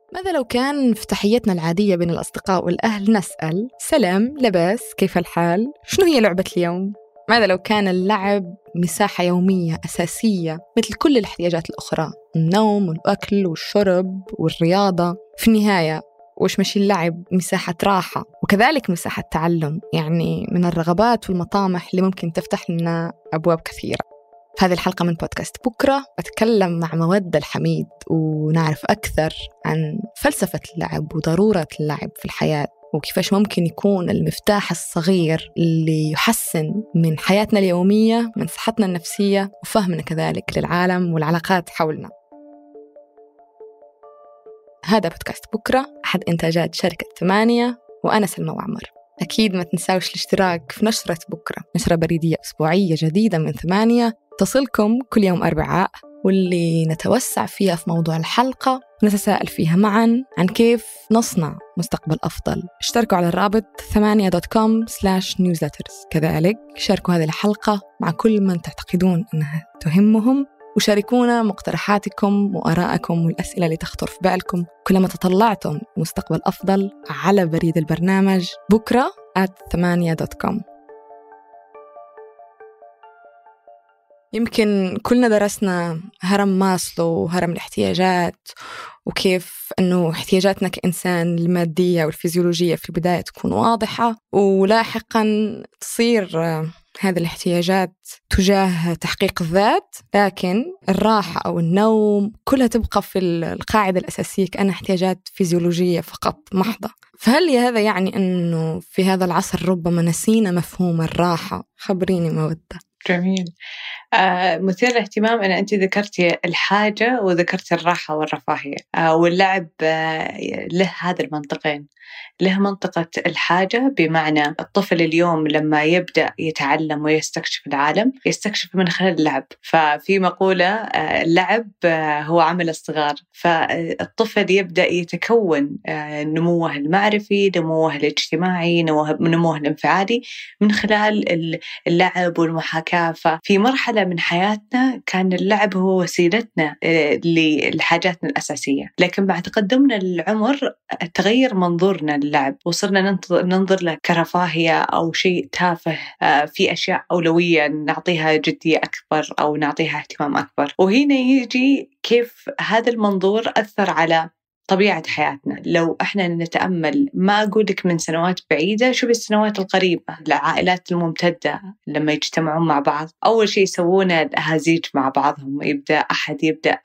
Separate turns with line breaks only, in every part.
ماذا لو كان في تحيتنا العادية بين الأصدقاء والأهل نسأل سلام، لباس، كيف الحال؟ شنو هي لعبة اليوم؟ ماذا لو كان اللعب مساحة يومية أساسية مثل كل الاحتياجات الأخرى، النوم والأكل والشرب والرياضة؟ في النهاية وش مشي اللعب مساحة راحة وكذلك مساحة تعلم، يعني من الرغبات والمطامح اللي ممكن تفتح لنا أبواب كثيرة. في هذه الحلقة من بودكاست بكرة أتكلم مع مودة الحميد ونعرف أكثر عن فلسفة اللعب وضرورة اللعب في الحياة، وكيفاش ممكن يكون المفتاح الصغير اللي يحسن من حياتنا اليومية، من صحتنا النفسية وفهمنا كذلك للعالم والعلاقات حولنا. هذا بودكاست بكرة، أحد إنتاجات شركة 8، وأنا سلمى وعمر. أكيد ما تنساوش الاشتراك في نشرة بكرة، نشرة بريدية أسبوعية جديدة من 8 تصلكم كل يوم أربعاء، واللي نتوسع فيها في موضوع الحلقة ونتساءل فيها معا عن كيف نصنع مستقبل أفضل. اشتركوا على الرابط 8.com/newsletters. كذلك شاركوا هذه الحلقة مع كل من تعتقدون أنها تهمهم، وشاركونا مقترحاتكم وآراءكم والأسئلة اللي تخطر في بالكم كلما تطلعتم مستقبل أفضل على بريد البرنامج بكرة @8.com. يمكن كلنا درسنا هرم ماسلو وهرم الاحتياجات، وكيف أنه احتياجاتنا كإنسان المادية والفيزيولوجية في البداية تكون واضحة، ولاحقاً تصير هذه الاحتياجات تجاه تحقيق الذات، لكن الراحة أو النوم كلها تبقى في القاعدة الأساسية كأنها احتياجات فيزيولوجية فقط محضة. فهل هذا يعني أنه في هذا العصر ربما نسينا مفهوم الراحة؟ خبريني مودة.
جميل. مثير الاهتمام أن أنت ذكرتي الحاجة وذكرتي الراحة والرفاهية. واللعب له هذا المنطقين، له منطقة الحاجة بمعنى الطفل اليوم لما يبدأ يتعلم ويستكشف العالم يستكشف من خلال اللعب. ففي مقولة اللعب هو عمل الصغار، فالطفل يبدأ يتكون نموه المعرفي، نموه الاجتماعي، نموه الانفعالي من خلال اللعب والمحاكاة. ففي مرحلة من حياتنا كان اللعب هو وسيلتنا لحاجاتنا الأساسية، لكن مع تقدمنا للعمر تغير منظورنا للعب، وصرنا ننظر له كرفاهية أو شيء تافه، في أشياء أولوية نعطيها جدية أكبر أو نعطيها اهتمام أكبر. وهنا يجي كيف هذا المنظور أثر على طبيعة حياتنا. لو احنا نتأمل، ما أقولك من سنوات بعيدة، شو بالسنوات القريبة، العائلات الممتدة لما يجتمعون مع بعض أول شيء يسوونه الأهازيج مع بعضهم. أحد يبدأ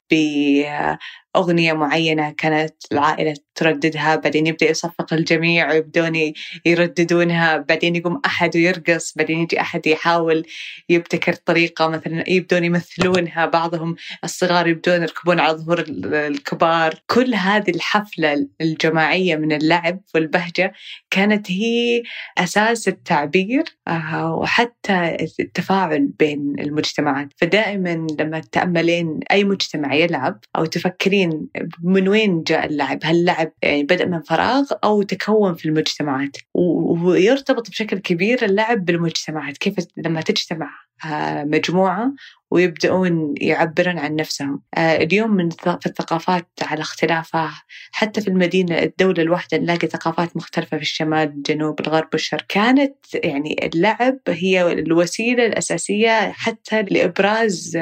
بأغنية معينة كانت العائلة ترددها، بعدين يبدأ يصفق الجميع ويبدون يرددونها، بعدين يقوم أحد ويرقص، بعدين يجي أحد يحاول يبتكر طريقة، مثلا يبدون يمثلونها، بعضهم الصغار يبدون يركبون على ظهور الكبار. كل هذه الحفلة الجماعية من اللعب والبهجة كانت هي أساس التعبير وحتى التفاعل بين المجتمعات. فدائما لما تتأملين أي مجتمع يلعب أو تفكرين من وين جاء اللعب، هل اللعب يعني بدأ من فراغ أو تكون في المجتمعات؟ ويرتبط بشكل كبير اللعب بالمجتمعات، كيف لما تجتمع مجموعة ويبدأون يعبرون عن نفسهم. اليوم في الثقافات على اختلافها، حتى في المدينة الدولة الواحدة نلاقي ثقافات مختلفة في الشمال، الجنوب، الغرب، والشرق. كانت يعني اللعب هي الوسيلة الأساسية حتى لإبراز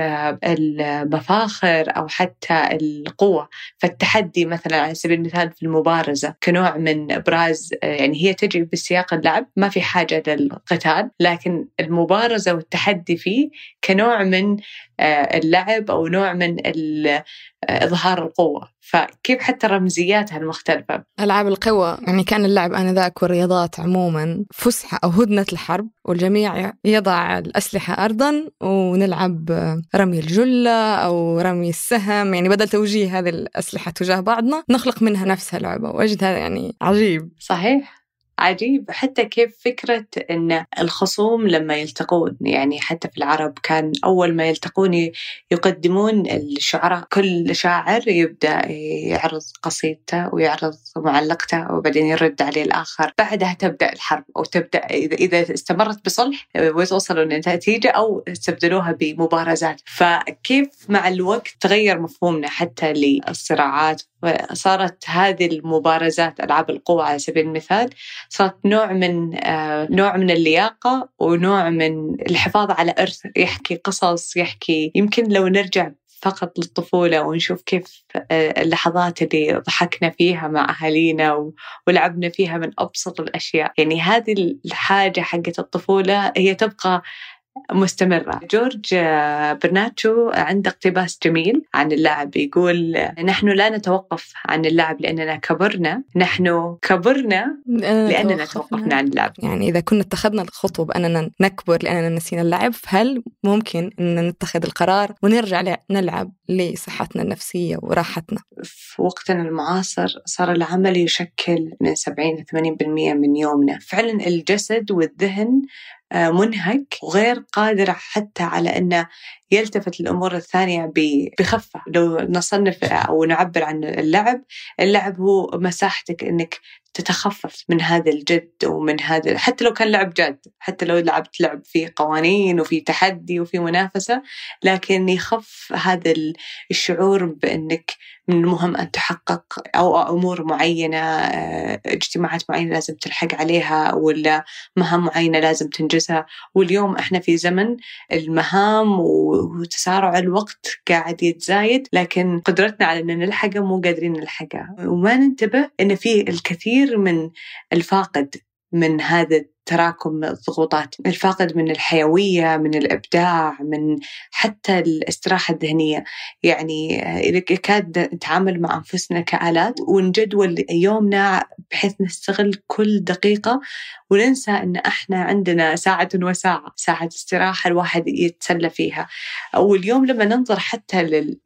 المفاخر أو حتى القوة. فالتحدي مثلا على سبيل المثال في المبارزة كنوع من إبراز، يعني هي تجي بسياق اللعب، ما في حاجة للقتال، لكن المبارزة والتحدي فيه كنوع من اللعب أو نوع من إظهار القوة. فكيف حتى رمزياتها المختلفة.
ألعاب القوى يعني كان اللعب آنذاك والرياضات عموما فسحة أو هدنة الحرب، والجميع يضع الأسلحة أرضا ونلعب رمي الجلة أو رمي السهم، يعني بدل توجيه هذه الأسلحة تجاه بعضنا نخلق منها نفسها لعبة. وأجد هذا يعني عجيب.
صحيح، عجيب. حتى كيف فكرة أن الخصوم لما يلتقون، يعني حتى في العرب كان أول ما يلتقون يقدمون الشعراء، كل شاعر يبدأ يعرض قصيدته ويعرض معلقته وبعدين يرد عليه الآخر. بعدها تبدأ الحرب، أو تبدأ إذا استمرت بصلح ويوصلوا لنتيجة، أو استبدلوها بمبارزات. فكيف مع الوقت تغير مفهومنا حتى للصراعات صارت هذه المبارزات ألعاب القوى على سبيل المثال صارت نوع من اللياقة ونوع من الحفاظ على إرث، يحكي قصص، يحكي يمكن لو نرجع فقط للطفولة ونشوف كيف اللحظات اللي ضحكنا فيها مع أهالينا ولعبنا فيها من أبسط الأشياء. يعني هذه الحاجة حقت الطفولة هي تبقى مستمرة. جورج برناتشو عنده اقتباس جميل عن اللعب، يقول نحن لا نتوقف عن اللعب لأننا كبرنا، نحن كبرنا لأننا توقفنا عن اللعب.
يعني إذا كنا اتخذنا الخطوة بأننا نكبر لأننا نسينا اللعب، فهل ممكن أن نتخذ القرار ونرجع نلعب لصحتنا النفسية وراحتنا؟
في وقتنا المعاصر صار العمل يشكل من 70-80% من يومنا. فعلا الجسد والذهن منهك وغير قادر حتى على أنه يلتفت الأمور الثانية بخفة. لو نصنف أو نعبر عن اللعب هو مساحتك أنك تتخفف من هذا الجد ومن هذا، حتى لو كان لعب جاد، حتى لو لعبت لعب فيه قوانين وفيه تحدي وفيه منافسة، لكن يخف هذا الشعور بأنك من المهم أن تحقق أو أمور معينة، اجتماعات معينة لازم تلحق عليها، ولا مهام معينة لازم تنجزها. واليوم إحنا في زمن المهام وتسارع الوقت قاعد يتزايد، لكن قدرتنا على أن نلحقها مو قادرين نلحقها، وما ننتبه أن في الكثير من الفاقد من هذا تراكم الضغوطات، الفاقد من الحيوية، من الإبداع، من حتى الاستراحة الذهنية. يعني إذا كاد نتعامل مع أنفسنا كآلات ونجدول يومنا بحيث نستغل كل دقيقة وننسى أن إحنا عندنا ساعة وساعة، ساعة استراحة الواحد يتسلى فيها. واليوم لما ننظر حتى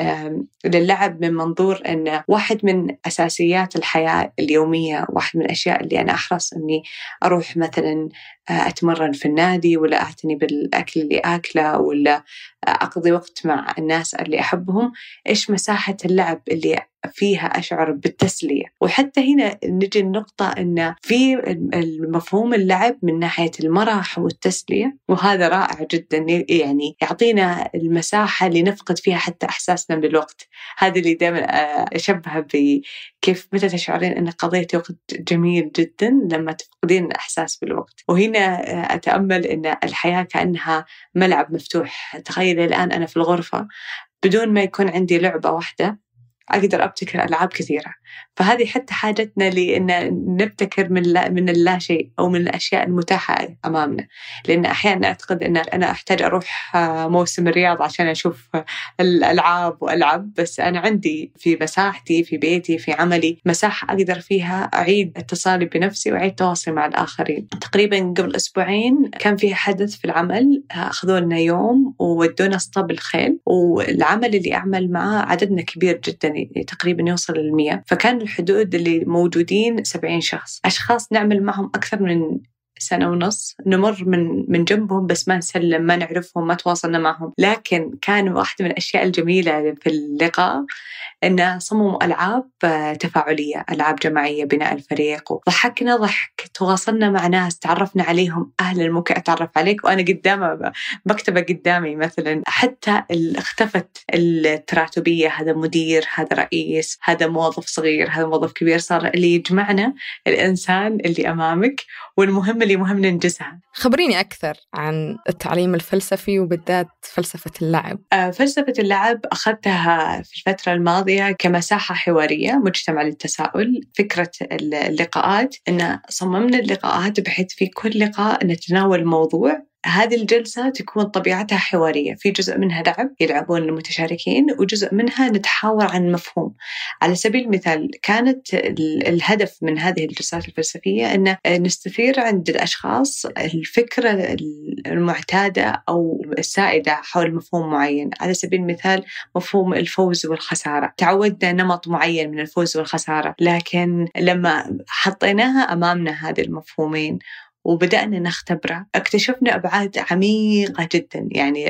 للعب من منظور أن واحد من أساسيات الحياة اليومية، واحد من الأشياء اللي أنا أحرص أني أروح مثلا أتمرن في النادي، ولا أعتني بالأكل اللي أكله، ولا أقضي وقت مع الناس اللي أحبهم، إيش مساحة اللعب اللي فيها أشعر بالتسلية. وحتى هنا نجي النقطة أن في المفهوم اللعب من ناحية المرح والتسلية، وهذا رائع جدا، يعني يعطينا المساحة اللي نفقد فيها حتى إحساسنا بالوقت. هذا اللي دائما أشبهه بكيف متى تشعرين أن قضيت وقت جميل جدا لما تفقدين الإحساس بالوقت. وهنا أتأمل أن الحياة كأنها ملعب مفتوح. تخيل الآن أنا في الغرفة بدون ما يكون عندي لعبة واحدة أقدر أبتكر ألعاب كثيرة. فهذه حتى حاجتنا لأن نبتكر من اللا شيء أو من الأشياء المتاحة أمامنا. لأن أحيانا أعتقد أن أنا أحتاج أروح موسم الرياض عشان أشوف الألعاب وألعب، بس أنا عندي في مساحتي، في بيتي، في عملي مساحة أقدر فيها أعيد اتصالي بنفسي وأعيد تواصلي مع الآخرين. تقريبا قبل أسبوعين كان في حدث في العمل، أخذوا لنا يوم وودونا اسطبل الخيل، والعمل اللي أعمل معه عددنا كبير جدا، تقريبا يوصل 100. فكان الحدود اللي موجودين 70 شخص، أشخاص نعمل معهم أكثر من سنة ونص، نمر من جنبهم بس ما نسلم، ما نعرفهم، ما تواصلنا معهم. لكن كان واحدة من الأشياء الجميلة في اللقاء إن صمموا ألعاب تفاعلية، ألعاب جماعية، بناء الفريق، وضحكنا ضحك، تواصلنا مع ناس، تعرفنا عليهم. أهلا، ممكن أتعرف عليك وأنا قدامه مكتبة قدامي مثلا. حتى اختفت التراتبية، هذا مدير، هذا رئيس، هذا موظف صغير، هذا موظف كبير. صار اللي يجمعنا الإنسان اللي أمامك والمهم اللي مهم ننجزها.
خبريني أكثر عن التعليم الفلسفي وبالذات فلسفة اللعب.
فلسفة اللعب أخذتها في الفترة الماضية كمساحة حوارية، مجتمع للتساؤل. فكرة اللقاءات إن صممنا اللقاءات بحيث في كل لقاء نتناول موضوع. هذه الجلسة تكون طبيعتها حوارية، في جزء منها لعب يلعبون المتشاركين، وجزء منها نتحاور عن مفهوم. على سبيل المثال كانت الهدف من هذه الجلسات الفلسفية أن نستثير عند الأشخاص الفكرة المعتادة أو السائدة حول مفهوم معين. على سبيل المثال مفهوم الفوز والخسارة، تعودنا نمط معين من الفوز والخسارة، لكن لما حطيناها أمامنا هذه المفهومين وبدأنا نختبره اكتشفنا أبعاد عميقة جدا. يعني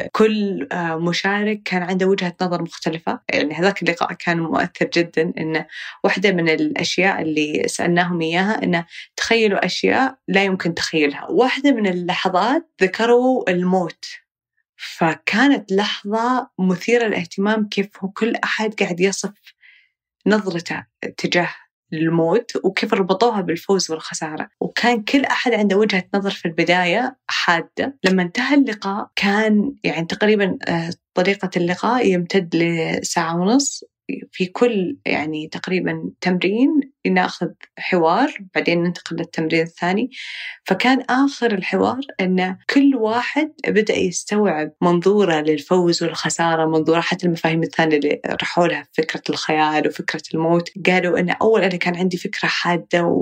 كل مشارك كان عنده وجهة نظر مختلفة. يعني هذاك اللقاء كان مؤثر جدا. إن واحدة من الأشياء اللي سألناهم إياها إن تخيلوا أشياء لا يمكن تخيلها. واحدة من اللحظات ذكروا الموت، فكانت لحظة مثيرة للاهتمام، كيف كل أحد قاعد يصف نظرته تجاه الموت وكيف ربطوها بالفوز والخسارة. وكان كل أحد عنده وجهة نظر في البداية حادة. لما انتهى اللقاء كان يعني تقريبا طريقة اللقاء يمتد لساعة ونص. في كل يعني تقريبا تمرين ناخذ حوار، بعدين ننتقل للتمرين الثاني. فكان آخر الحوار أن كل واحد بدأ يستوعب منظوره للفوز والخسارة، منظوره حتى المفاهيم الثانية اللي رحوا لها، فكرة الخيال وفكرة الموت. قالوا أن أول أنا كان عندي فكرة حادة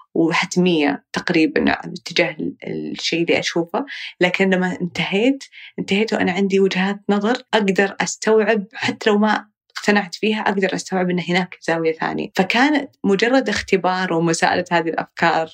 وحتمية تقريبا تجاه الشيء اللي أشوفه، لكن لما انتهيت وأنا عندي وجهات نظر أقدر أستوعب، حتى لو ما اقتنعت فيها أقدر أستوعب أن هناك زاوية ثانية. فكانت مجرد اختبار ومساءلة هذه الأفكار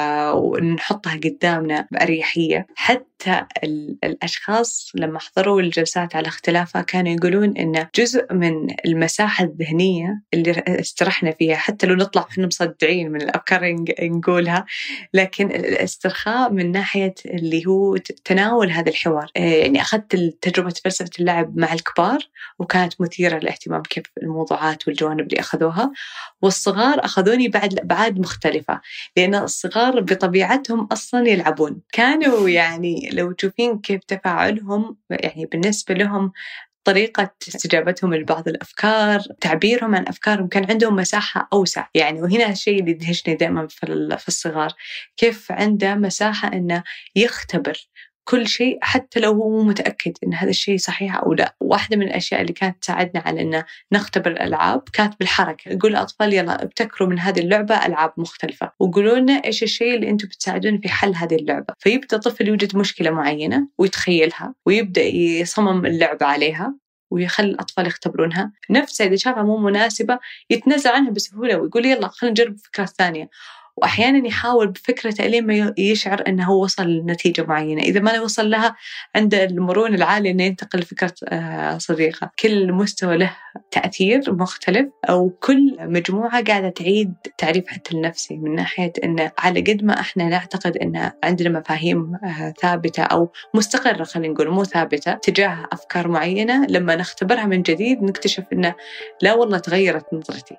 ونحطها قدامنا بأريحية. حتى الأشخاص لما حضروا الجلسات على اختلافها كانوا يقولون إن جزء من المساحة الذهنية اللي استرحنا فيها، حتى لو نطلع إحنا مصدعين من الأفكار نقولها، لكن الاسترخاء من ناحية اللي هو تناول هذا الحوار. يعني أخذت تجربة فلسفة اللعب مع الكبار وكانت مثيرة للاهتمام كيف الموضوعات والجوانب اللي أخذوها، والصغار أخذوني بعد مختلفة، لأن الصغار بطبيعتهم أصلا يلعبون. كانوا يعني لو تشوفين كيف تفاعلهم، يعني بالنسبة لهم طريقة استجابتهم لبعض الأفكار، تعبيرهم عن أفكارهم، كان عندهم مساحة أوسع يعني. وهنا الشيء اللي يدهشني دائما في الصغار، كيف عنده مساحة إنه يختبر كل شيء حتى لو هو متأكد إن هذا الشيء صحيح أو لا. واحدة من الأشياء اللي كانت تساعدنا على إن نختبر الألعاب كانت بالحركة. نقول للأطفال يلا ابتكروا من هذه اللعبة ألعاب مختلفة وقولوا لنا إيش الشيء اللي أنتم بتساعدون في حل هذه اللعبة. فيبدأ الطفل يوجد مشكلة معينة ويتخيلها ويبدأ يصمم اللعبة عليها ويخلي الأطفال يختبرونها. نفسه إذا شافها مو مناسبة يتنازل عنها بسهولة ويقول يلا خلينا نجرب فكرة ثانية. وأحياناً يحاول بفكرة لين ما يشعر أنه وصل لنتيجة معينة. إذا ما وصل لها عند المرونة العالية أنه ينتقل لفكرة صديقة. كل مستوى له تأثير مختلف، أو كل مجموعة قاعدة تعيد تعريف حتى النفسي، من ناحية أنه على قد ما إحنا نعتقد أن عندنا مفاهيم ثابتة أو مستقرة، خلينا نقول مو ثابتة، تجاه أفكار معينة، لما نختبرها من جديد نكتشف أنه لا والله تغيرت نظرتي.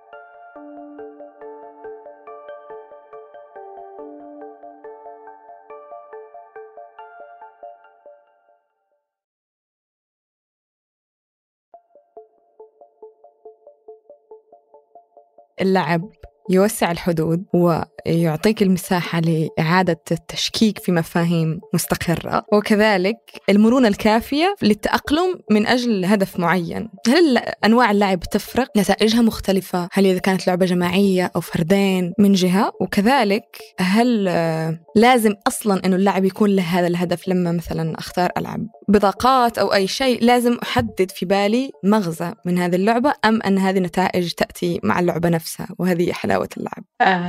اللعب يوسع الحدود ويعطيك المساحة لإعادة التشكيك في مفاهيم مستقرة، وكذلك المرونة الكافية للتأقلم من أجل هدف معين. هل أنواع اللعب تفرق؟ نتائجها مختلفة؟ هل إذا كانت لعبة جماعية أو فردين من جهة؟ وكذلك هل لازم أصلاً أنه اللعب يكون له هذا الهدف؟ لما مثلاً أختار ألعب بطاقات أو أي شيء لازم أحدد في بالي مغزى من هذه اللعبة، أم أن هذه نتائج تأتي مع اللعبة نفسها؟ وهذه حلاوة اللعب.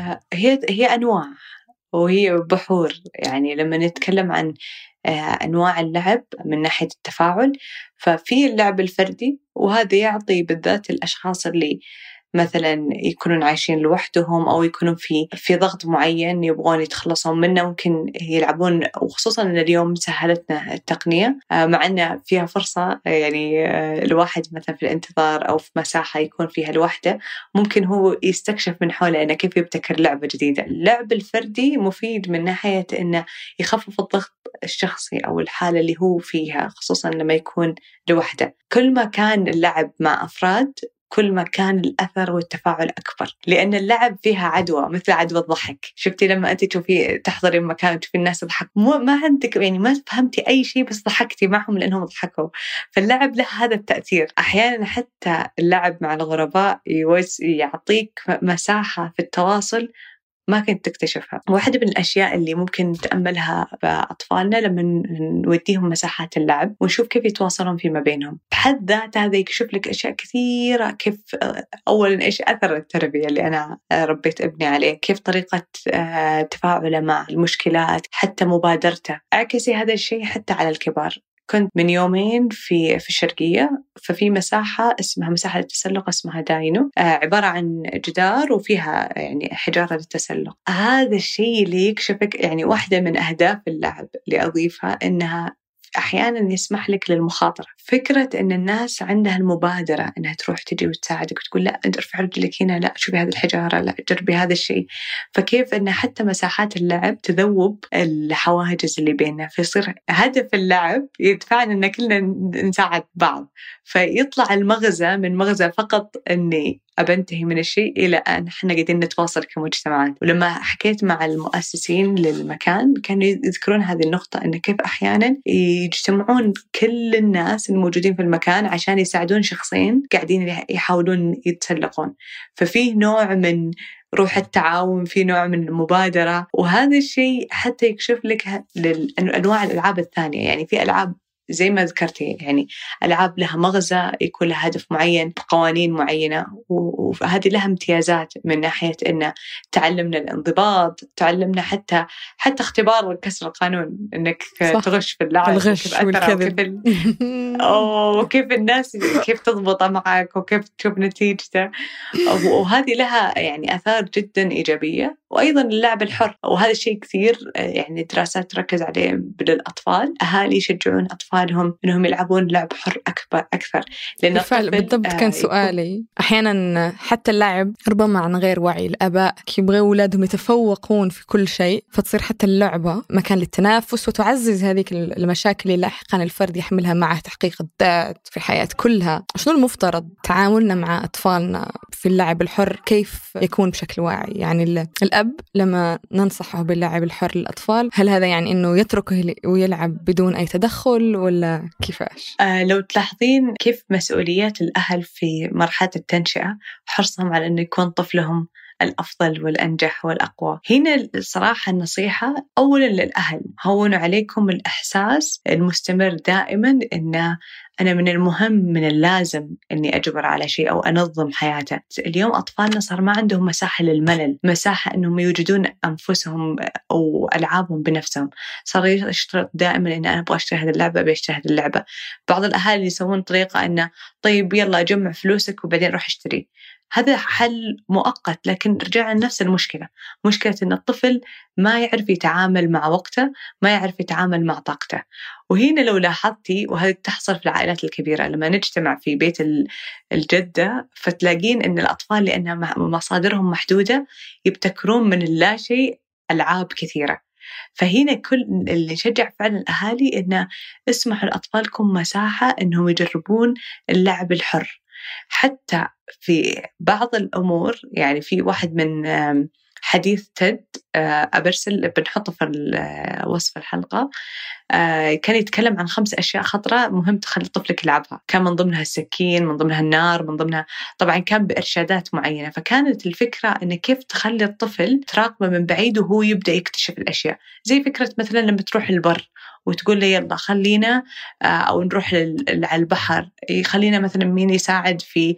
هي أنواع وهي بحور. يعني لما نتكلم عن أنواع اللعب من ناحية التفاعل، ففي اللعب الفردي، وهذا يعطي بالذات الأشخاص اللي مثلا يكونون عايشين لوحدهم أو يكونون في ضغط معين يبغون يتخلصون منه، ممكن يلعبون. وخصوصا أن اليوم سهلتنا التقنية، مع أن فيها فرصة يعني الواحد مثلا في الانتظار أو في مساحة يكون فيها لوحده، ممكن هو يستكشف من حوله أنه كيف يبتكر لعبة جديدة. اللعب الفردي مفيد من ناحية أنه يخفف الضغط الشخصي أو الحالة اللي هو فيها، خصوصا لما يكون لوحده. كل ما كان اللعب مع أفراد كل ما كان الأثر والتفاعل أكبر، لأن اللعب فيها عدوى، مثل عدوى الضحك. شفتي لما أنت تحضري مكان تشوفي الناس تضحك، ما عندك يعني ما فهمتي أي شيء بس ضحكتي معهم لأنهم ضحكوا. فاللعب له هذا التأثير. أحيانا حتى اللعب مع الغرباء يعطيك مساحة في التواصل ما كنت تكتشفها. واحدة من الأشياء اللي ممكن نتأملها بأطفالنا لما نوديهم مساحات اللعب ونشوف كيف يتواصلون فيما بينهم، بحد ذات هذا يكشف لك أشياء كثيرة. كيف أولا إيش أثر التربية اللي أنا ربيت ابني عليه، كيف طريقة تفاعله مع المشكلات، حتى مبادرته. أعكسي هذا الشيء حتى على الكبار. كنت من يومين في الشرقية، ففي مساحة اسمها مساحة للتسلق اسمها داينو، عبارة عن جدار وفيها يعني حجارة للتسلق. هذا الشيء اللي يكشفك يعني واحدة من أهداف اللعب اللي أضيفها، إنها أحيانا يسمح لك للمخاطرة. فكرة أن الناس عندها المبادرة أنها تروح تجي وتساعدك وتقول لا أنت ارفع رجلك هنا، لا شوفي هذه الحجارة، لا جربي هذا الشيء. فكيف أن حتى مساحات اللعب تذوب الحواجز اللي بيننا، فيصير هدف اللعب يدفعنا أن كلنا نساعد بعض، فيطلع المغزى من مغزى فقط أني أبنتهي من الشيء إلى أن إحنا قاعدين نتواصل كمجتمعات. ولما حكيت مع المؤسسين للمكان كانوا يذكرون هذه النقطة، أن كيف أحيانا يجتمعون كل الناس الموجودين في المكان عشان يساعدون شخصين قاعدين يحاولون يتسلقون. ففيه نوع من روح التعاون، في نوع من المبادرة، وهذا الشيء حتى يكشف لك أنواع الألعاب الثانية. يعني في ألعاب زي ما ذكرتي، يعني ألعاب لها مغزى، يكون لها هدف معين بقوانين معينة، وهذه لها امتيازات من ناحية إن تعلمنا الانضباط، تعلمنا حتى اختبار كسر القانون، إنك تغش في اللعب،
الغش والكذب
وكيف الناس كيف تضبط معك وكيف تشوف نتيجته. وهذه لها يعني آثار جدا إيجابية. وأيضا اللعب الحر، وهذا الشيء كثير يعني دراسات تركز عليه للأطفال. أهالي يشجعون أطفالهم إنهم يلعبون لعب حر أكثر، لأن
بالفعل بالضبط كان سؤالي. أحيانا حتى اللعب ربما عن غير وعي، الآباء يبغوا أولادهم يتفوقون في كل شيء، فتصير حتى اللعبة مكان للتنافس وتعزز هذيك المشاكل اللي لاحقا الفرد يحملها مع تحقيق الذات في الحياة كلها. شنو المفترض تعاملنا مع أطفالنا في اللعب الحر كيف يكون بشكل واعي؟ يعني الأب لما ننصحه باللعب الحر للأطفال، هل هذا يعني إنه يتركه ويلعب بدون أي تدخل ولا كيفاش؟
لو تلاحظين كيف مسؤوليات الأهل في مرحلة التنشئة، حرصهم على أنه يكون طفلهم الأفضل والأنجح والأقوى. هنا الصراحة النصيحة أولا للأهل، هونوا عليكم الإحساس المستمر دائما أن أنا من المهم من اللازم أني أجبر على شيء أو أنظم حياته. اليوم أطفالنا صار ما عندهم مساحة للملل، مساحة أنهم يوجدون أنفسهم أو ألعابهم بنفسهم. صار يشترط دائما أن أنا أبغى أشتري هذه اللعبة، بيشتري هذه اللعبة. بعض الأهالي يسوون طريقة أنه طيب يلا أجمع فلوسك وبعدين روح اشتري. هذا حل مؤقت، لكن رجعنا لنفس المشكلة، مشكلة أن الطفل ما يعرف يتعامل مع وقته، ما يعرف يتعامل مع طاقته. وهنا لو لاحظتي، وهذا تحصل في العائلات الكبيرة، لما نجتمع في بيت الجدة فتلاقين أن الأطفال لأنها مصادرهم محدودة يبتكرون من اللا شيء ألعاب كثيرة. فهنا كل اللي يشجع فعلا الأهالي أن اسمحوا لأطفالكم مساحة أنهم يجربون اللعب الحر. حتى في بعض الأمور، يعني في واحد من حديث تيد أبرسل بنحطه في وصف الحلقة، كان يتكلم عن 5 أشياء خطرة مهم تخلي طفلك يلعبها. كان من ضمنها السكين، من ضمنها النار، من ضمنها طبعا كان بإرشادات معينة. فكانت الفكرة إن كيف تخلي الطفل تراقبه من بعيد وهو يبدأ يكتشف الأشياء. زي فكرة مثلا لما تروح البر وتقول لي يلا خلينا أو نروح على البحر، خلينا مثلا مين يساعد في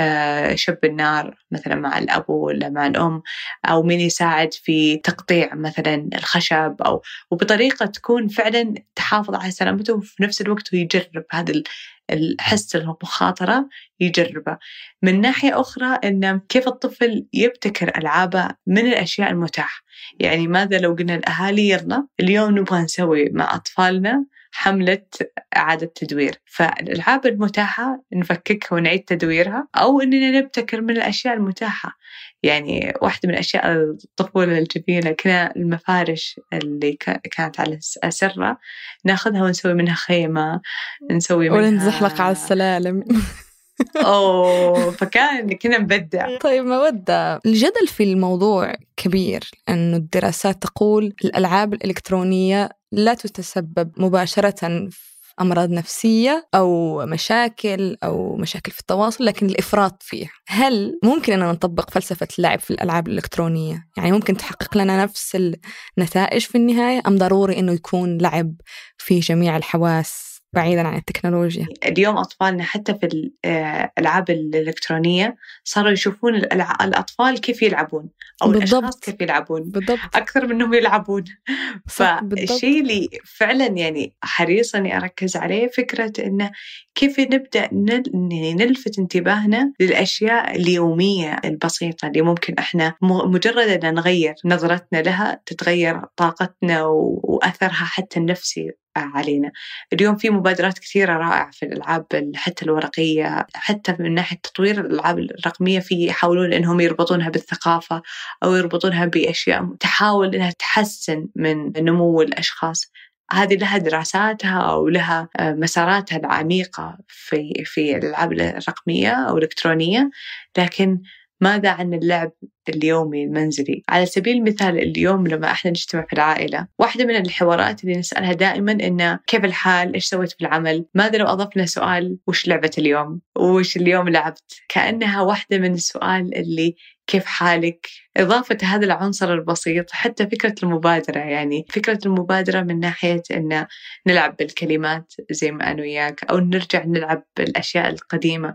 شب النار مثلا مع الأب ولا مع الأم، أو مين يساعد في تقطيع مثلا الخشب، أو وبطريقة تكون فعلا تحافظ على سلامته وفي نفس الوقت هو يجرب هذا الحس المخاطرة يجربه. من ناحية أخرى إن كيف الطفل يبتكر ألعابه من الأشياء المتاحة. يعني ماذا لو قلنا الأهالي يلا اليوم نبغى نسوي مع أطفالنا حملة إعادة تدوير، فالألعاب المتاحة نفككها ونعيد تدويرها، أو إننا نبتكر من الأشياء المتاحة. يعني واحدة من أشياء الطفولة الجميلة كنا المفارش اللي كانت على أسرة ناخذها ونسوي منها خيمة، نسوي منها
ونزحلق على السلالم.
فكان كنا نبدع.
طيب مودة، الجدل في الموضوع كبير، أنه الدراسات تقول الألعاب الإلكترونية لا تتسبب مباشرة في أمراض نفسية أو مشاكل في التواصل، لكن الإفراط فيه. هل ممكن أن نطبق فلسفة اللعب في الألعاب الإلكترونية؟ يعني ممكن تحقق لنا نفس النتائج في النهاية، أم ضروري أنه يكون لعب في جميع الحواس بعيداً عن التكنولوجيا؟
اليوم أطفالنا حتى في الألعاب الإلكترونية صاروا يشوفون الأطفال كيف يلعبون، أو الأشخاص كيف يلعبون بالضبط. أكثر منهم يلعبون. فالشيء اللي فعلاً يعني حريصة أني أركز عليه فكرة إنه كيف نبدأ نلفت انتباهنا للأشياء اليومية البسيطة اللي ممكن إحنا مجرد أن نغير نظرتنا لها تتغير طاقتنا وأثرها حتى النفسي علينا. اليوم في مبادرات كثيرة رائعة في الألعاب حتى الورقية، حتى من ناحية تطوير الألعاب الرقمية في يحاولون إنهم يربطونها بالثقافة أو يربطونها بأشياء تحاول إنها تحسن من نمو الأشخاص. هذه لها دراساتها أو لها مساراتها العميقة في الألعاب الرقمية أو الإلكترونية. لكن ماذا عن اللعب اليومي المنزلي؟ على سبيل المثال اليوم لما احنا نجتمع في العائلة، واحدة من الحوارات اللي نسألها دائما إنه كيف الحال؟ إيش سويت في العمل؟ ماذا لو أضفنا سؤال وش لعبة اليوم؟ وش اليوم لعبت؟ كأنها واحدة من السؤال اللي كيف حالك؟ إضافة هذا العنصر البسيط. حتى فكرة المبادرة، يعني فكرة المبادرة من ناحية إن نلعب بالكلمات زي ما أنا وياك، أو نرجع نلعب بالأشياء القديمة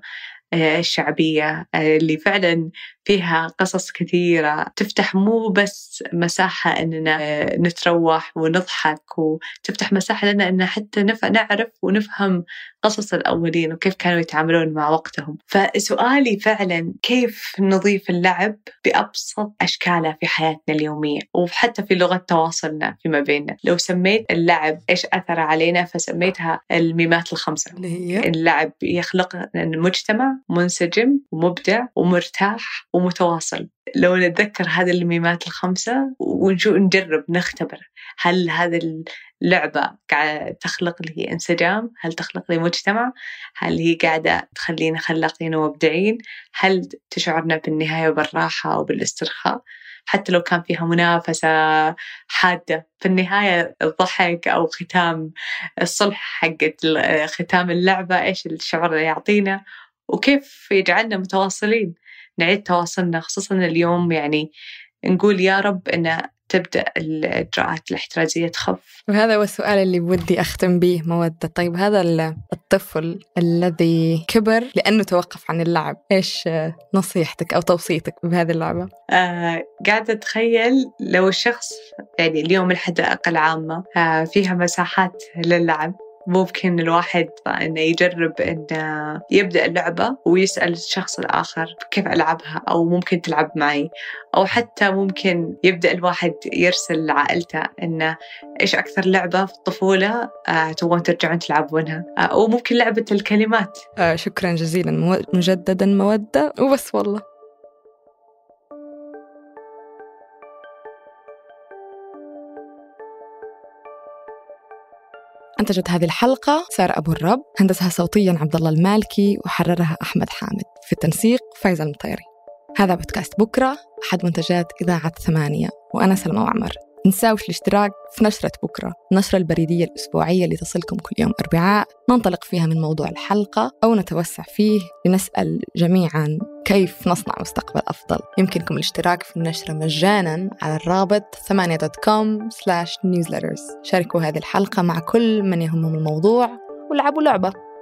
الشعبية اللي فعلا فيها قصص كثيرة تفتح مو بس مساحة أننا نتروح ونضحك، وتفتح مساحة لنا أن حتى نعرف ونفهم قصص الأولين وكيف كانوا يتعاملون مع وقتهم. فسؤالي فعلا كيف نضيف اللعب بأبسط أشكاله في حياتنا اليومية وحتى في لغة تواصلنا فيما بيننا. لو سميت اللعب إيش أثر علينا فسميتها الميمات الخمسة. اللعب يخلق المجتمع منسجم ومبدع ومرتاح ومتواصل. لو نتذكر هذه الميمات الخمسة ونجرب نختبر، هل هذه اللعبة قاعدة تخلق لي انسجام؟ هل تخلق لي مجتمع؟ هل هي قاعدة تخلينا خلاقين ومبدعين؟ هل تشعرنا بالنهاية بالراحة وبالاسترخاء؟ حتى لو كان فيها منافسة حادة، في النهاية الضحك أو ختام الصلح حقت ختام اللعبة إيش الشعور اللي يعطينا وكيف يجعلنا متواصلين. نعيد تواصلنا خصوصا اليوم، يعني نقول يا رب أن تبدأ الإجراءات الاحترازية تخف.
وهذا هو السؤال اللي بودي أختم به مودة. طيب هذا الطفل الذي كبر لأنه توقف عن اللعب، إيش نصيحتك أو توصيتك بهذه اللعبة؟
قاعدة أتخيل لو الشخص يعني اليوم الحدائق العامة فيها مساحات للعب، ممكن الواحد إنه يجرب إنه يبدأ اللعبة ويسأل الشخص الآخر كيف ألعبها، أو ممكن تلعب معي، أو حتى ممكن يبدأ الواحد يرسل لعائلته إنه إيش أكثر لعبة في الطفولة تبغون ترجعون تلعبونها، أو ممكن لعبة الكلمات.
شكرا جزيلا مجددا مودة، وبس والله. أنتجت هذه الحلقة سارة أبو الرب، هندسها صوتيا عبد الله المالكي، وحررها أحمد حامد، في التنسيق فايزة المطيري. هذا بودكاست بكرة، أحد منتجات إذاعة 8، وأنا سلمى وعمر. نساوش الاشتراك في نشرة بكرة، النشرة البريدية الأسبوعية اللي تصلكم كل يوم أربعاء، ننطلق فيها من موضوع الحلقة أو نتوسع فيه لنسأل جميعاً كيف نصنع مستقبل أفضل. يمكنكم الاشتراك في النشرة مجاناً على الرابط 8.com/newsletters. شاركوا هذه الحلقة مع كل من يهمهم الموضوع ولعبوا لعبة.